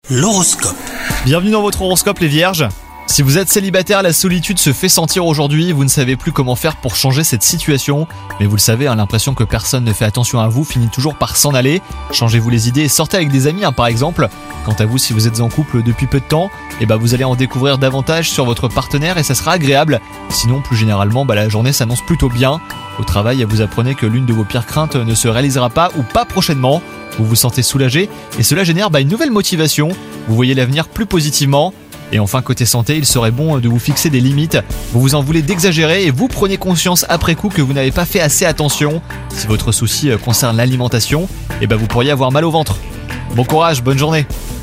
L'horoscope. Bienvenue dans votre horoscope les vierges. Si vous êtes célibataire, la solitude se fait sentir aujourd'hui, vous ne savez plus comment faire pour changer cette situation. Mais vous le savez, l'impression que personne ne fait attention à vous finit toujours par s'en aller. Changez-vous les idées et sortez avec des amis par exemple. Quant à vous, si vous êtes en couple depuis peu de temps, vous allez en découvrir davantage sur votre partenaire et ça sera agréable. Sinon, plus généralement, la journée s'annonce plutôt bien. Au travail, vous apprenez que l'une de vos pires craintes ne se réalisera pas ou pas prochainement. Vous vous sentez soulagé et cela génère une nouvelle motivation. Vous voyez l'avenir plus positivement. Et enfin, côté santé, il serait bon de vous fixer des limites. Vous vous en voulez d'exagérer et vous prenez conscience après coup que vous n'avez pas fait assez attention. Si votre souci concerne l'alimentation, vous pourriez avoir mal au ventre. Bon courage, bonne journée.